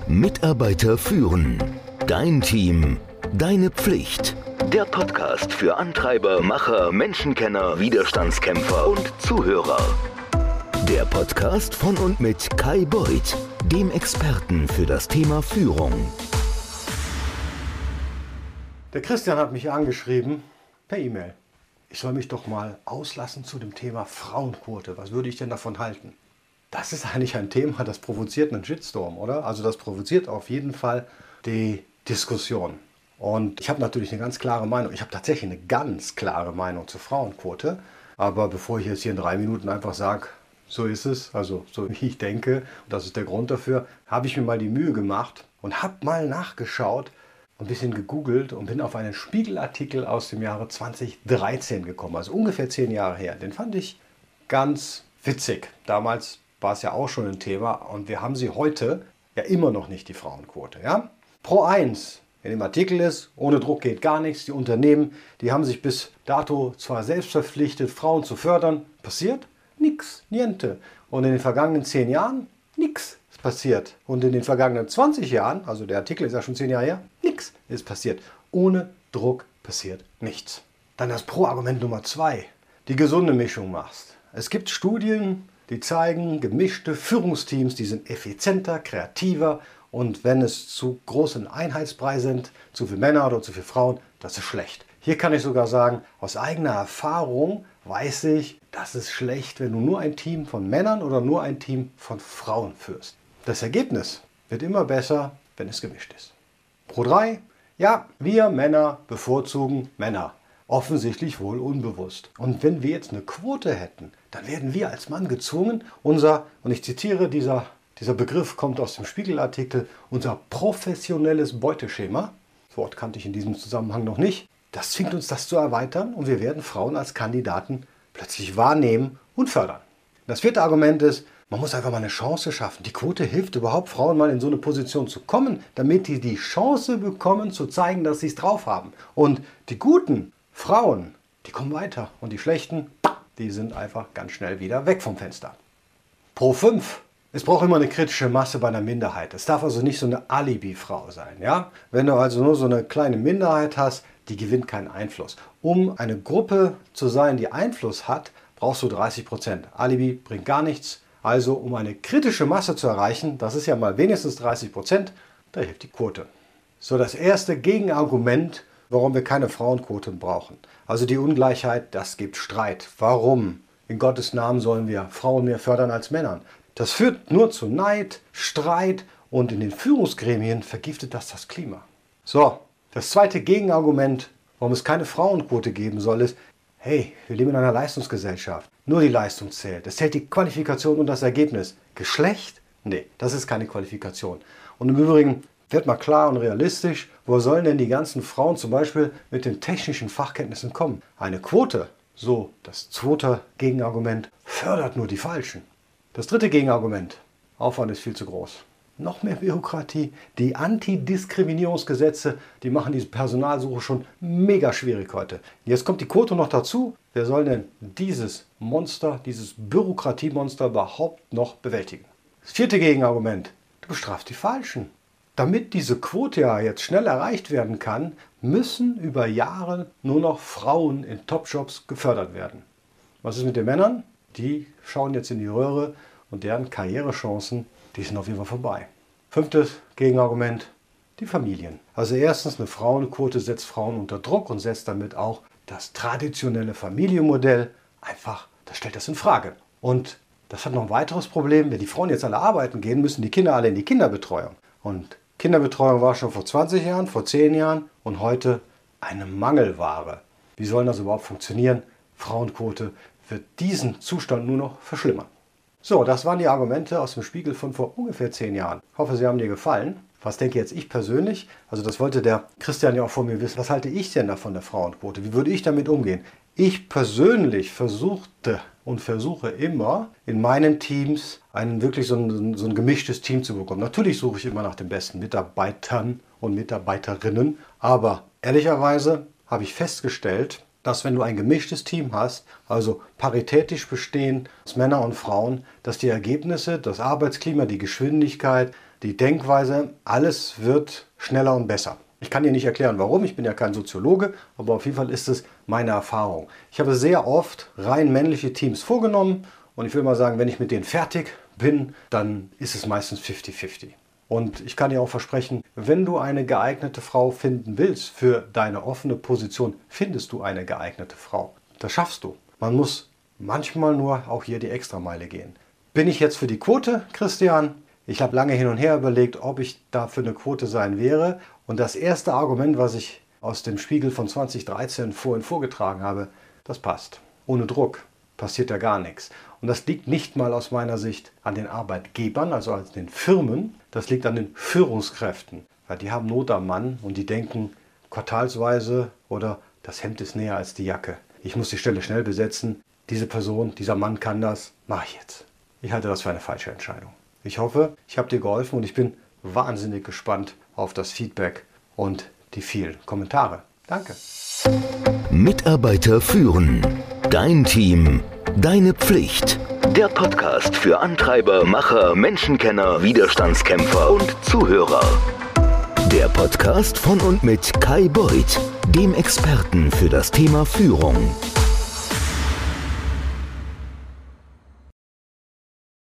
Mitarbeiter führen. Dein Team. Deine Pflicht. Der Podcast für Antreiber, Macher, Menschenkenner, Widerstandskämpfer und Zuhörer. Der Podcast von und mit Kai Beuth, dem Experten für das Thema Führung. Der Christian hat mich angeschrieben per E-Mail. Ich soll mich doch mal auslassen zu dem Thema Frauenquote. Was würde ich denn davon halten? Das ist eigentlich ein Thema, das provoziert einen Shitstorm, oder? Also das provoziert auf jeden Fall die Diskussion. Und ich habe natürlich eine ganz klare Meinung. Ich habe tatsächlich eine ganz klare Meinung zur Frauenquote. Aber bevor ich jetzt hier in 3 Minuten einfach sage, so ist es, also so wie ich denke, und das ist der Grund dafür, habe ich mir mal die Mühe gemacht und habe mal nachgeschaut, ein bisschen gegoogelt und bin auf einen Spiegelartikel aus dem Jahre 2013 gekommen, also ungefähr 10 Jahre her. Den fand ich ganz witzig. Damals war es ja auch schon ein Thema und wir haben sie heute ja immer noch nicht, die Frauenquote. Ja? Pro 1 in dem Artikel ist, ohne Druck geht gar nichts. Die Unternehmen, die haben sich bis dato zwar selbst verpflichtet, Frauen zu fördern. Passiert? Nix, niente. Und in den vergangenen 10 Jahren? Nix ist passiert. Und in den vergangenen 20 Jahren, also der Artikel ist ja schon 10 Jahre her, nix ist passiert. Ohne Druck passiert nichts. Dann das Pro-Argument Nummer 2. Die gesunde Mischung machst. Es gibt Studien, die zeigen, gemischte Führungsteams, die sind effizienter, kreativer und wenn es zu großen Einheitsbrei sind, zu viele Männer oder zu viele Frauen, das ist schlecht. Hier kann ich sogar sagen, aus eigener Erfahrung weiß ich, das ist schlecht, wenn du nur ein Team von Männern oder nur ein Team von Frauen führst. Das Ergebnis wird immer besser, wenn es gemischt ist. Pro 3, ja, wir Männer bevorzugen Männer. Offensichtlich wohl unbewusst. Und wenn wir jetzt eine Quote hätten, dann werden wir als Mann gezwungen, und ich zitiere, dieser Begriff kommt aus dem Spiegelartikel, unser professionelles Beuteschema, das Wort kannte ich in diesem Zusammenhang noch nicht, das zwingt uns, das zu erweitern und wir werden Frauen als Kandidaten plötzlich wahrnehmen und fördern. Das 4. Argument ist, man muss einfach mal eine Chance schaffen. Die Quote hilft überhaupt, Frauen mal in so eine Position zu kommen, damit die Chance bekommen, zu zeigen, dass sie es drauf haben. Und die guten Frauen, die kommen weiter und die schlechten, die sind einfach ganz schnell wieder weg vom Fenster. Pro 5. Es braucht immer eine kritische Masse bei einer Minderheit. Es darf also nicht so eine Alibi-Frau sein. Ja? Wenn du also nur so eine kleine Minderheit hast, die gewinnt keinen Einfluss. Um eine Gruppe zu sein, die Einfluss hat, brauchst du 30%. Alibi bringt gar nichts. Also um eine kritische Masse zu erreichen, das ist ja mal wenigstens 30%, da hilft die Quote. So, das erste Gegenargument, warum wir keine Frauenquote brauchen. Also die Ungleichheit, das gibt Streit. Warum? In Gottes Namen sollen wir Frauen mehr fördern als Männern? Das führt nur zu Neid, Streit und in den Führungsgremien vergiftet das Klima. So, das zweite Gegenargument, warum es keine Frauenquote geben soll, ist, hey, wir leben in einer Leistungsgesellschaft. Nur die Leistung zählt. Es zählt die Qualifikation und das Ergebnis. Geschlecht? Nee, das ist keine Qualifikation. Und im Übrigen, wird mal klar und realistisch, wo sollen denn die ganzen Frauen zum Beispiel mit den technischen Fachkenntnissen kommen? Eine Quote, so das zweite Gegenargument, fördert nur die Falschen. Das dritte Gegenargument, Aufwand ist viel zu groß. Noch mehr Bürokratie, die Antidiskriminierungsgesetze, die machen diese Personalsuche schon mega schwierig heute. Jetzt kommt die Quote noch dazu. Wer soll denn dieses Monster, dieses Bürokratiemonster überhaupt noch bewältigen? Das vierte Gegenargument, du bestrafst die Falschen. Damit diese Quote ja jetzt schnell erreicht werden kann, müssen über Jahre nur noch Frauen in Topjobs gefördert werden. Was ist mit den Männern? Die schauen jetzt in die Röhre und deren Karrierechancen, die sind auf jeden Fall vorbei. 5. Gegenargument, die Familien. Also erstens, eine Frauenquote setzt Frauen unter Druck und setzt damit auch das traditionelle Familienmodell einfach, das stellt das in Frage. Und das hat noch ein weiteres Problem, wenn die Frauen jetzt alle arbeiten gehen, müssen die Kinder alle in die Kinderbetreuung. Und Kinderbetreuung war schon vor 20 Jahren, vor 10 Jahren und heute eine Mangelware. Wie soll das überhaupt funktionieren? Frauenquote wird diesen Zustand nur noch verschlimmern. So, das waren die Argumente aus dem Spiegel von vor ungefähr 10 Jahren. Ich hoffe, sie haben dir gefallen. Was denke jetzt ich persönlich? Also das wollte der Christian ja auch von mir wissen. Was halte ich denn da von der Frauenquote? Wie würde ich damit umgehen? Ich persönlich versuchte und versuche immer in meinen Teams wirklich so ein gemischtes Team zu bekommen. Natürlich suche ich immer nach den besten Mitarbeitern und Mitarbeiterinnen, aber ehrlicherweise habe ich festgestellt, dass wenn du ein gemischtes Team hast, also paritätisch bestehen aus Männern und Frauen, dass die Ergebnisse, das Arbeitsklima, die Geschwindigkeit die Denkweise, alles wird schneller und besser. Ich kann dir nicht erklären, warum, ich bin ja kein Soziologe, aber auf jeden Fall ist es meine Erfahrung. Ich habe sehr oft rein männliche Teams vorgenommen und ich will mal sagen, wenn ich mit denen fertig bin, dann ist es meistens 50-50. Und ich kann dir auch versprechen, wenn du eine geeignete Frau finden willst für deine offene Position, findest du eine geeignete Frau. Das schaffst du. Man muss manchmal nur auch hier die Extrameile gehen. Bin ich jetzt für die Quote, Christian? Ich habe lange hin und her überlegt, ob ich da für eine Quote sein wäre. Und das erste Argument, was ich aus dem Spiegel von 2013 vorhin vorgetragen habe, das passt. Ohne Druck passiert ja gar nichts. Und das liegt nicht mal aus meiner Sicht an den Arbeitgebern, also an den Firmen. Das liegt an den Führungskräften. Weil die haben Not am Mann und die denken quartalsweise oder das Hemd ist näher als die Jacke. Ich muss die Stelle schnell besetzen. Diese Person, dieser Mann kann das, mache ich jetzt. Ich halte das für eine falsche Entscheidung. Ich hoffe, ich habe dir geholfen und ich bin wahnsinnig gespannt auf das Feedback und die vielen Kommentare. Danke. Mitarbeiter führen. Dein Team. Deine Pflicht. Der Podcast für Antreiber, Macher, Menschenkenner, Widerstandskämpfer und Zuhörer. Der Podcast von und mit Kai Beuth, dem Experten für das Thema Führung.